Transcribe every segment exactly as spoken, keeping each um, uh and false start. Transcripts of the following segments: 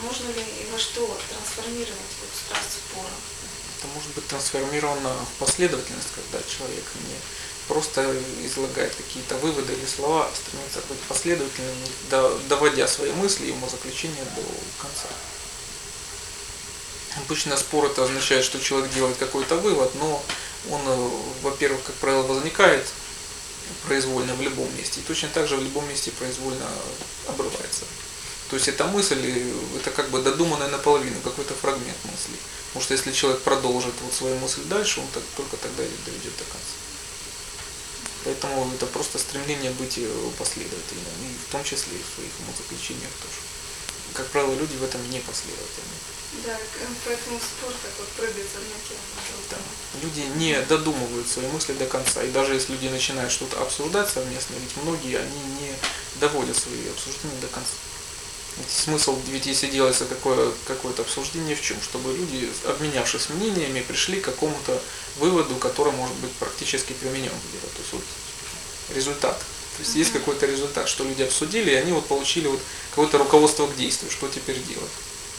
можно ли и во что трансформировать вот страсть спора? Это может быть трансформировано в последовательность, когда человек не просто излагает какие-то выводы или слова, а стремится быть последовательным, доводя свои мысли и умозаключения до конца. Обычно спор это означает, что человек делает какой-то вывод, но он, во-первых, как правило, возникает произвольно в любом месте, и точно так же в любом месте произвольно обрывается. То есть эта мысль, это как бы додуманная наполовину, какой-то фрагмент мысли. Потому что если человек продолжит вот свою мысль дальше, он так, только тогда ее доведет до конца. Поэтому это просто стремление быть последовательным, и в том числе и в своих умозаключениях тоже. Как правило, люди в этом не последовательны. Да, поэтому спор так вот прыгает с одной темы на другую. Да. Люди не додумывают свои мысли до конца. И даже если люди начинают что-то обсуждать совместно, ведь многие, они не доводят свои обсуждения до конца. Ведь смысл, ведь если делается какое, какое-то обсуждение в чем? Чтобы люди, обменявшись мнениями, пришли к какому-то выводу, который может быть практически применен где-то. То есть вот результат. То есть есть какой-то результат, что люди обсудили, и они вот получили вот какое-то руководство к действию, что теперь делать.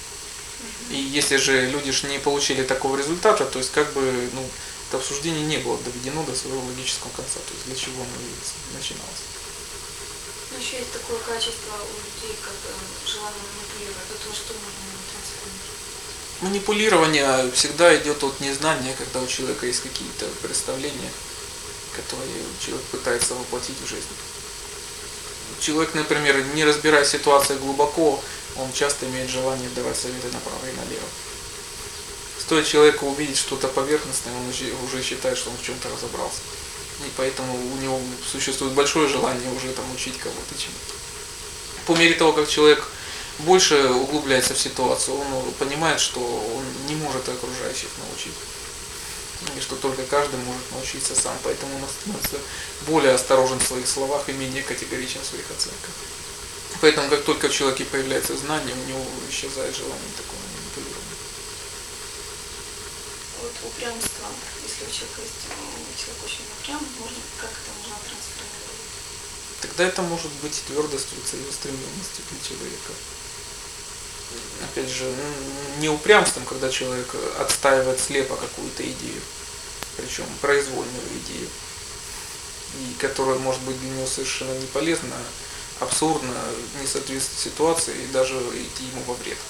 И если же люди ж не получили такого результата, то есть как бы ну, это обсуждение не было доведено до своего логического конца. То есть для чего оно начиналось. Но еще есть такое качество у людей, как желание манипулировать. Вот во что можно трансформировать? Манипулирование всегда идет от незнания, когда у человека есть какие-то представления, которые человек пытается воплотить в жизнь. Человек, например, не разбирая ситуацию глубоко, он часто имеет желание давать советы направо и налево. Стоит человеку увидеть что-то поверхностное, он уже считает, что он в чем-то разобрался. И поэтому у него существует большое желание уже там учить кого-то чему-то. По мере того, как человек больше углубляется в ситуацию, он понимает, что он не может окружающих научить. И что только каждый может научиться сам. Поэтому он становится более осторожен в своих словах и менее категоричен в своих оценках. Поэтому, как только в человеке появляется знание, у него исчезает желание такого манипулирования. Вот упрямство, если у человека есть, человек очень упрям, можно, как это можно трансформировать? Тогда это может быть твердостью, целеустремленностью для человека. Опять же, не упрямством, когда человек отстаивает слепо какую-то идею, причем произвольную идею, и которая может быть для него совершенно не полезна, абсурдно, не соответствует ситуации и даже идти ему во вред.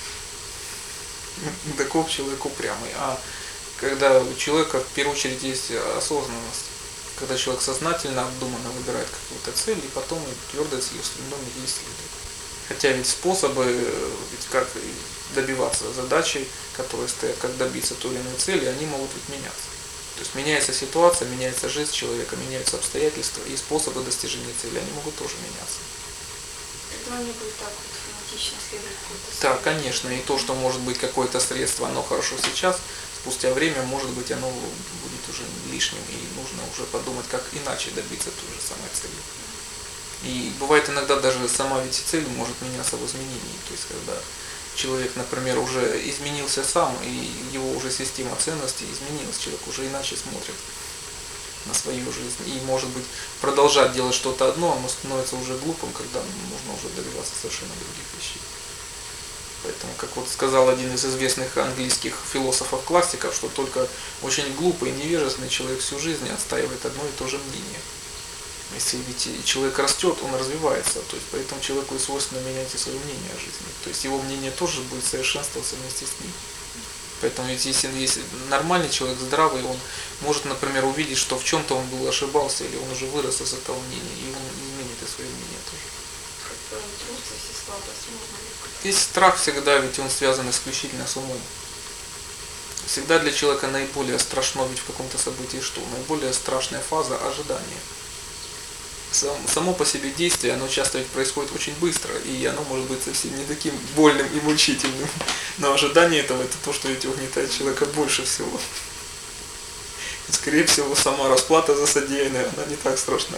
Таков человек упрямый. А когда у человека в первую очередь есть осознанность, когда человек сознательно, обдуманно выбирает какую-то цель и потом твердо и целеустремленно ей следует. Хотя ведь способы, ведь как добиваться задачи, которые стоят, как добиться той или иной цели, они могут ведь меняться. То есть меняется ситуация, меняется жизнь человека, меняются обстоятельства, и способы достижения цели, они могут тоже меняться. Тогда не будет так вот фанатично следовать какой-то. Да, конечно, и то, что может быть какое-то средство, оно хорошо сейчас, спустя время, может быть, оно будет уже лишним, и нужно уже подумать, как иначе добиться той же самой цели. И бывает иногда даже сама ведь цель может меняться в изменении. То есть когда человек, например, уже изменился сам, и его уже система ценностей изменилась, человек уже иначе смотрит на свою жизнь. И может быть продолжать делать что-то одно, оно становится уже глупым, когда нужно уже добиваться совершенно других вещей. Поэтому, как вот сказал один из известных английских философов-классиков, что только очень глупый и невежественный человек всю жизнь отстаивает одно и то же мнение. Если ведь человек растет, он развивается, то есть поэтому человеку и свойственно менять и свое мнение о жизни. То есть его мнение тоже будет совершенствоваться вместе с ним. Поэтому ведь если есть нормальный человек, здравый, он может, например, увидеть, что в чем-то он был ошибался, или он уже вырос из этого мнения, и он изменит и свое мнение тоже. Как трусость и слабость можно ли? Весь страх всегда, ведь он связан исключительно с умом. Всегда для человека наиболее страшно ведь в каком-то событии что? Наиболее страшная фаза – ожидания. Само по себе действие, оно часто ведь происходит очень быстро, и оно может быть совсем не таким больным и мучительным. Но ожидание этого – это то, что ведь угнетает человека больше всего. И, скорее всего, сама расплата за содеянное, она не так страшна.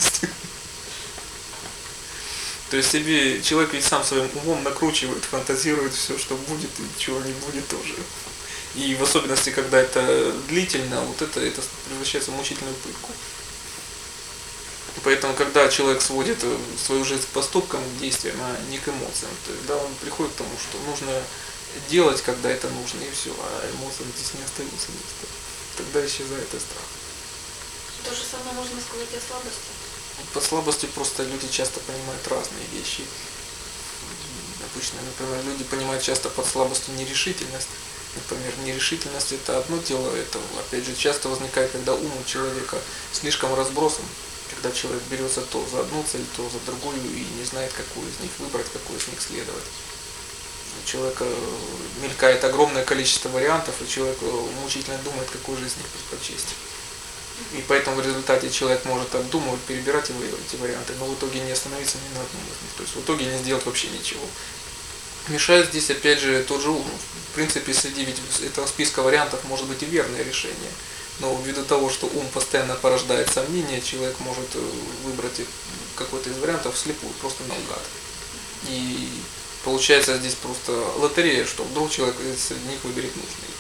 То есть себе человек ведь сам своим умом накручивает, фантазирует все, что будет и чего не будет тоже. И в особенности, когда это длительно, вот это, это превращается в мучительную пытку. Поэтому, когда человек сводит э, свою жизнь к поступкам, к действиям, а не к эмоциям, тогда он приходит к тому, что нужно делать, когда это нужно, и все, а эмоциям здесь не остается места. Тогда исчезает и страх. То же самое можно сказать и о слабости. Под слабостью просто люди часто понимают разные вещи. Обычно, например, люди понимают часто под слабостью нерешительность. Например, нерешительность это одно дело, это опять же часто возникает, когда ум у человека слишком разбросан, когда человек берется то за одну цель, то за другую и не знает, какую из них выбрать, какую из них следовать. У человека мелькает огромное количество вариантов, и человек мучительно думает, какой же из них предпочесть. И поэтому в результате человек может обдумывать, перебирать его, эти варианты, но в итоге не остановиться ни на одном из них. То есть в итоге не сделать вообще ничего. Мешает здесь опять же тот же ум. В принципе, среди ведь этого списка вариантов может быть и верное решение. Но ввиду того, что ум постоянно порождает сомнения, человек может выбрать какой-то из вариантов вслепую, просто наугад. И получается здесь просто лотерея, что вдруг человек среди них выберет нужный.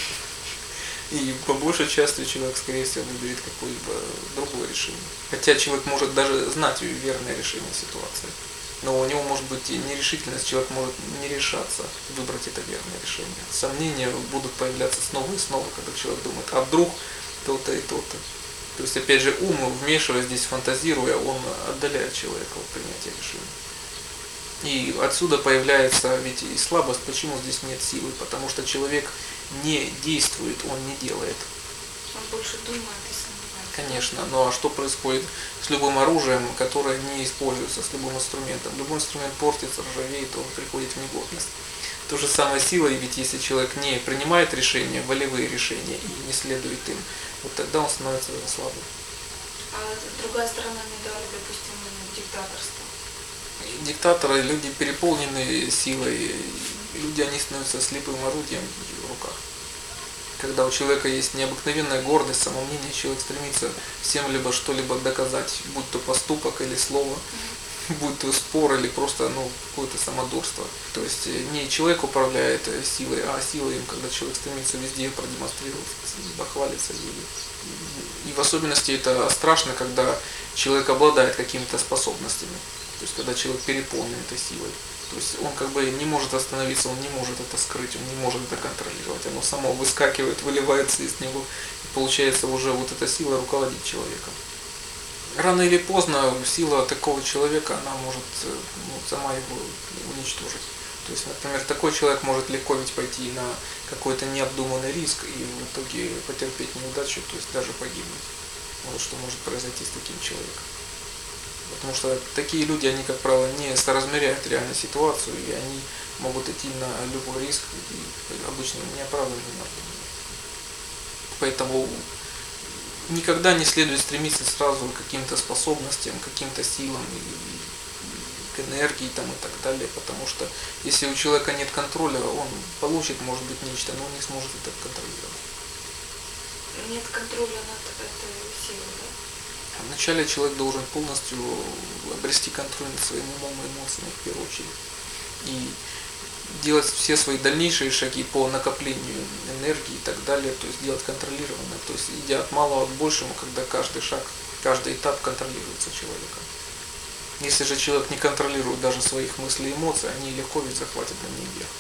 И по большей части человек, скорее всего, выберет какое-либо другое решение. Хотя человек может даже знать верное решение ситуации. Но у него может быть и нерешительность, человек может не решаться выбрать это верное решение. Сомнения будут появляться снова и снова, когда человек думает, а вдруг то-то и то-то. То есть, опять же, ум, вмешиваясь здесь, фантазируя, он отдаляет человека от принятия решения. И отсюда появляется ведь и слабость, почему здесь нет силы, потому что человек не действует, он не делает. Он больше думает и сомневается. Конечно, ну а что происходит с любым оружием, которое не используется, с любым инструментом? Любой инструмент портится, ржавеет, он приходит в негодность. То же самое с силой, ведь если человек не принимает решения, волевые решения и не следует им, вот тогда он становится слабым. А другая сторона медали, допустим, диктаторство. Диктаторы, люди переполнены силой, люди, они становятся слепым орудием в руках. Когда у человека есть необыкновенная гордость, самомнение, человек стремится всем либо что-либо доказать, будь то поступок или слово, будь то спор или просто ну, какое-то самодурство. То есть не человек управляет силой, а сила им, когда человек стремится везде продемонстрировать, похвалиться ею. И в особенности это страшно, когда человек обладает какими-то способностями. То есть когда человек переполнен этой силой. То есть он как бы не может остановиться, он не может это скрыть, он не может это контролировать. Оно само выскакивает, выливается из него. И получается уже вот эта сила руководит человеком. Рано или поздно сила такого человека, она может ну, сама его уничтожить. То есть, например, такой человек может легко ведь пойти на какой-то необдуманный риск и в итоге потерпеть неудачу, то есть даже погибнуть. Вот что может произойти с таким человеком. Потому что такие люди, они, как правило, не соразмеряют реальную ситуацию, и они могут идти на любой риск, и обычно неоправданно необдуманно. Поэтому никогда не следует стремиться сразу к каким-то способностям, к каким-то силам, к энергии там, и так далее, потому что если у человека нет контроля, он получит, может быть, нечто, но он не сможет это контролировать. Нет контроля над этой силой, да? Вначале человек должен полностью обрести контроль над своим умом и эмоциями в первую очередь. И делать все свои дальнейшие шаги по накоплению энергии и так далее, то есть делать контролированно, то есть идя от малого к большему, когда каждый шаг, каждый этап контролируется человеком. Если же человек не контролирует даже своих мыслей и эмоций, они легко ведь захватят на них верх.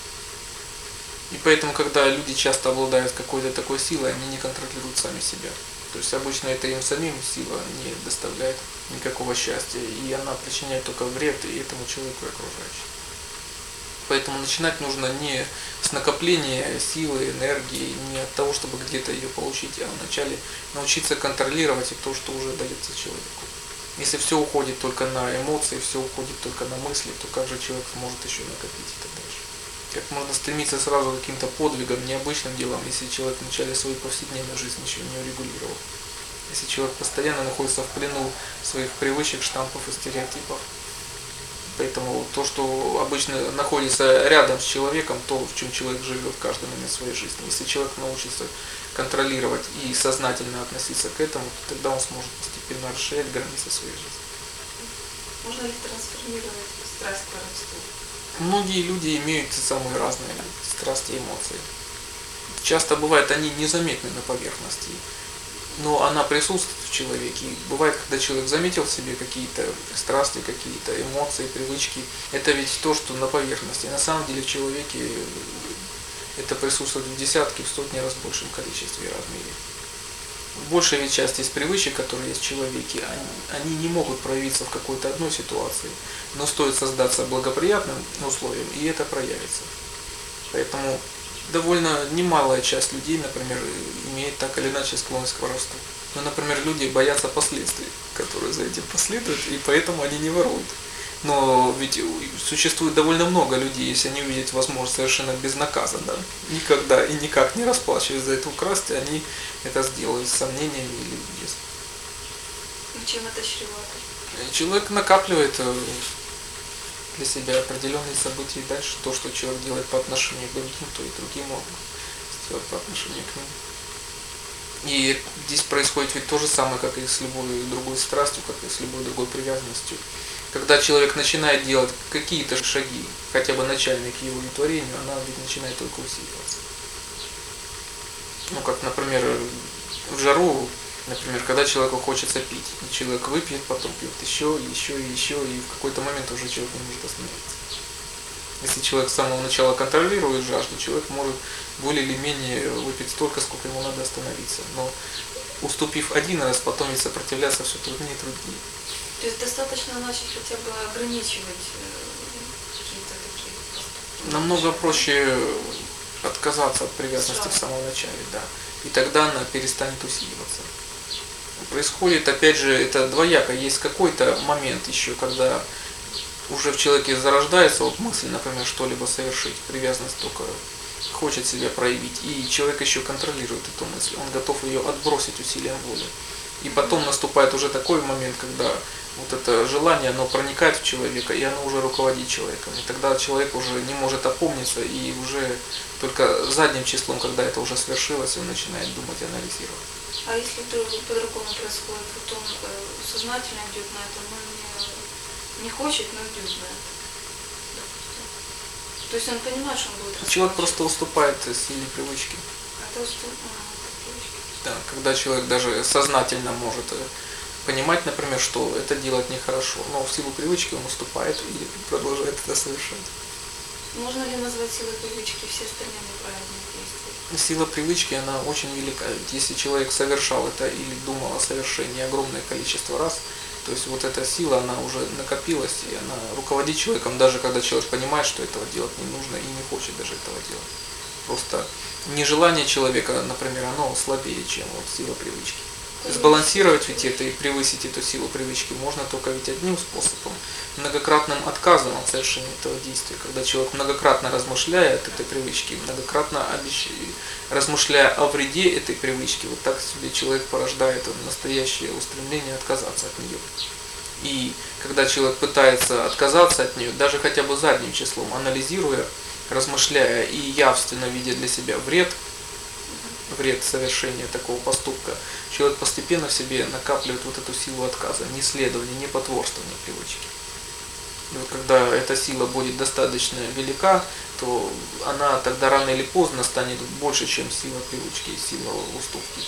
И поэтому, когда люди часто обладают какой-то такой силой, они не контролируют сами себя. То есть обычно это им самим сила не доставляет никакого счастья, и она причиняет только вред и этому человеку и окружающим. Поэтому начинать нужно не с накопления силы, энергии, не от того, чтобы где-то ее получить, а вначале научиться контролировать то, что уже дается человеку. Если все уходит только на эмоции, все уходит только на мысли, то как же человек сможет еще накопить это дальше? Как можно стремиться сразу к каким-то подвигам, необычным делам, если человек в начале своей повседневной жизни еще не урегулировал. Если человек постоянно находится в плену своих привычек, штампов и стереотипов. Поэтому то, что обычно находится рядом с человеком, то, в чем человек живет каждый момент своей жизни. Если человек научится контролировать и сознательно относиться к этому, то тогда он сможет постепенно расширять границы своей жизни. Можно ли трансформировать страсть к воровству? Многие люди имеют самые разные страсти и эмоции. Часто бывает, они незаметны на поверхности. но она присутствует в человеке. И бывает, когда человек заметил в себе какие-то страсти, какие-то эмоции, привычки, это ведь то, что на поверхности. На самом деле в человеке это присутствует в десятки, в сотни раз большем количестве и размере. Большая ведь часть из привычек, которые есть в человеке, они, они не могут проявиться в какой-то одной ситуации, но стоит создаться благоприятным условиям, и это проявится. Поэтому довольно немалая часть людей, например, имеет так или иначе склонность к воровству. Но, например, люди боятся последствий, которые за этим последуют, и поэтому они не воруют. Но ведь существует довольно много людей, если они увидят возможность совершенно безнаказанно, никогда и никак не расплачиваясь за это украсть, они это сделают с сомнениями или без. И чем это чревато? Человек накапливает для себя определенные события и дальше то, что человек делает по отношению к другим, то и другие могут сделать по отношению к нему. И здесь происходит ведь то же самое, как и с любой другой страстью, как и с любой другой привязанностью. Когда человек начинает делать какие-то шаги, хотя бы начальные к его удовлетворению, она ведь начинает только усиливаться. Ну, как, например, в жару, например, когда человеку хочется пить, и человек выпьет, потом пьет еще, еще и еще, и в какой-то момент уже человек не может остановиться. Если человек с самого начала контролирует жажду, человек может более или менее выпить столько, сколько ему надо остановиться. Но уступив один раз, потом ведь сопротивляться все труднее и труднее. То есть достаточно начать хотя бы ограничивать какие-то такие поступки? Намного проще отказаться от привязанности в самом начале, да. И тогда она перестанет усиливаться. Происходит, опять же, это двояко. Есть какой-то момент еще, когда уже в человеке зарождается вот мысль, например, что-либо совершить, привязанность только хочет себя проявить, и человек еще контролирует эту мысль, он готов ее отбросить усилием воли. И потом наступает уже такой момент, когда вот это желание, оно проникает в человека, и оно уже руководит человеком. И тогда человек уже не может опомниться, и уже только задним числом, когда это уже свершилось, он начинает думать и анализировать. А если вдруг по-другому происходит, вот он сознательно идет на это, но не, не хочет, но идет на это? То есть он понимает, что он будет... Человек просто уступает силе привычки. Это уступ... а, привычки. Да, когда человек даже сознательно может понимать, например, что это делать нехорошо, но в силу привычки он уступает и продолжает это совершать. Можно ли назвать силой привычки все остальные неправильные действия? Сила привычки, она очень велика. Ведь если человек совершал это или думал о совершении огромное количество раз, то есть вот эта сила, она уже накопилась, и она руководит человеком, даже когда человек понимает, что этого делать не нужно и не хочет даже этого делать. Просто нежелание человека, например, оно слабее, чем вот сила привычки. Сбалансировать ведь это и превысить эту силу привычки можно только ведь одним способом, многократным отказом от совершения этого действия. Когда человек многократно размышляя от этой привычки, многократно обещ... размышляя о вреде этой привычки, вот так себе человек порождает настоящее устремление отказаться от нее. И когда человек пытается отказаться от нее, даже хотя бы задним числом, анализируя, размышляя и явственно видя для себя вред, вред совершения такого поступка, человек постепенно в себе накапливает вот эту силу отказа, не следования, не потворствования привычке. И вот когда эта сила будет достаточно велика, то она тогда рано или поздно станет больше, чем сила привычки, сила уступки.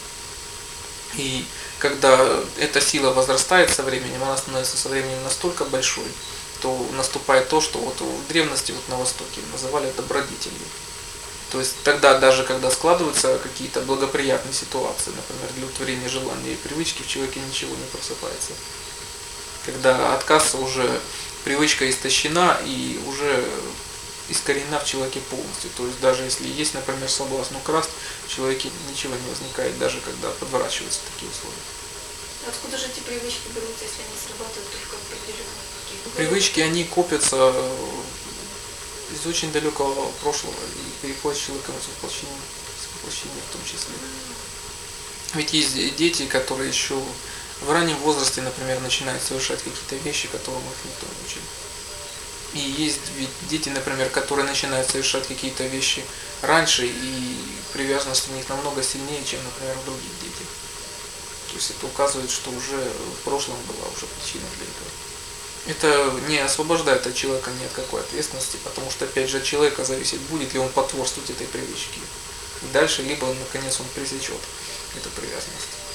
И когда эта сила возрастает со временем, она становится со временем настолько большой, то наступает то, что вот в древности вот на Востоке называли добродетелью. То есть тогда даже когда складываются какие-то благоприятные ситуации, например, для удовлетворения желания и привычки, в человеке ничего не просыпается. Когда отказ уже, привычка истощена и уже искоренена в человеке полностью. То есть даже если есть, например, соблазн украсть, в человеке ничего не возникает, даже когда подворачиваются такие условия. Откуда же эти привычки берутся, если они срабатывают только в определенных каких-то? Привычки, они копятся из очень далекого прошлого и переходят с человеком в воплощение, в воплощение в том числе. Ведь есть дети, которые еще в раннем возрасте, например, начинают совершать какие-то вещи, которым их никто не учил. И есть ведь дети, например, которые начинают совершать какие-то вещи раньше, и привязанность у них намного сильнее, чем, например, у других детей. То есть это указывает, что уже в прошлом была уже причина для этого. Это не освобождает от человека ни от какой ответственности, потому что, опять же, от человека зависит, будет ли он потворствовать этой привычке. И дальше, либо, наконец, он пресечет эту привязанность.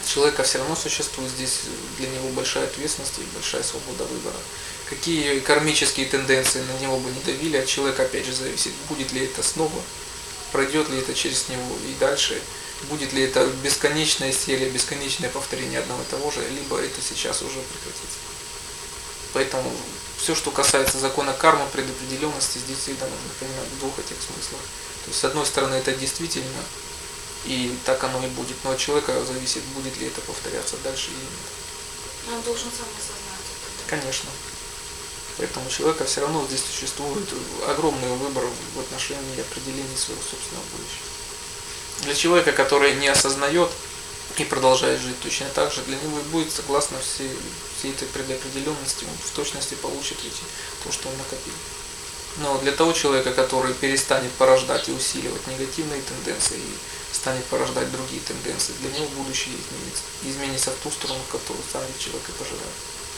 человека все равно существует здесь для него большая ответственность и большая свобода выбора. Какие кармические тенденции на него бы не давили, от человека опять же зависит, будет ли это снова, пройдет ли это через него и дальше, будет ли это бесконечная серия, бесконечное повторение одного и того же, либо это сейчас уже прекратится. Поэтому все, что касается закона кармы, предопределенности, здесь всегда нужно понимать в двух этих смыслах. То есть, с одной стороны, это действительно, и так оно и будет, но от человека зависит, будет ли это повторяться дальше или нет. Но он должен сам осознать это. Конечно. Поэтому у человека все равно здесь существует огромный выбор в отношении определения своего собственного будущего. Для человека, который не осознает и продолжает жить точно так же, для него и будет, согласно всей, всей этой предопределенности, он в точности получит эти, то, что он накопил. Но для того человека, который перестанет порождать и усиливать негативные тенденции и станет порождать другие тенденции, для него будущее изменится. Изменится в ту сторону, в которую сам человек и пожелает.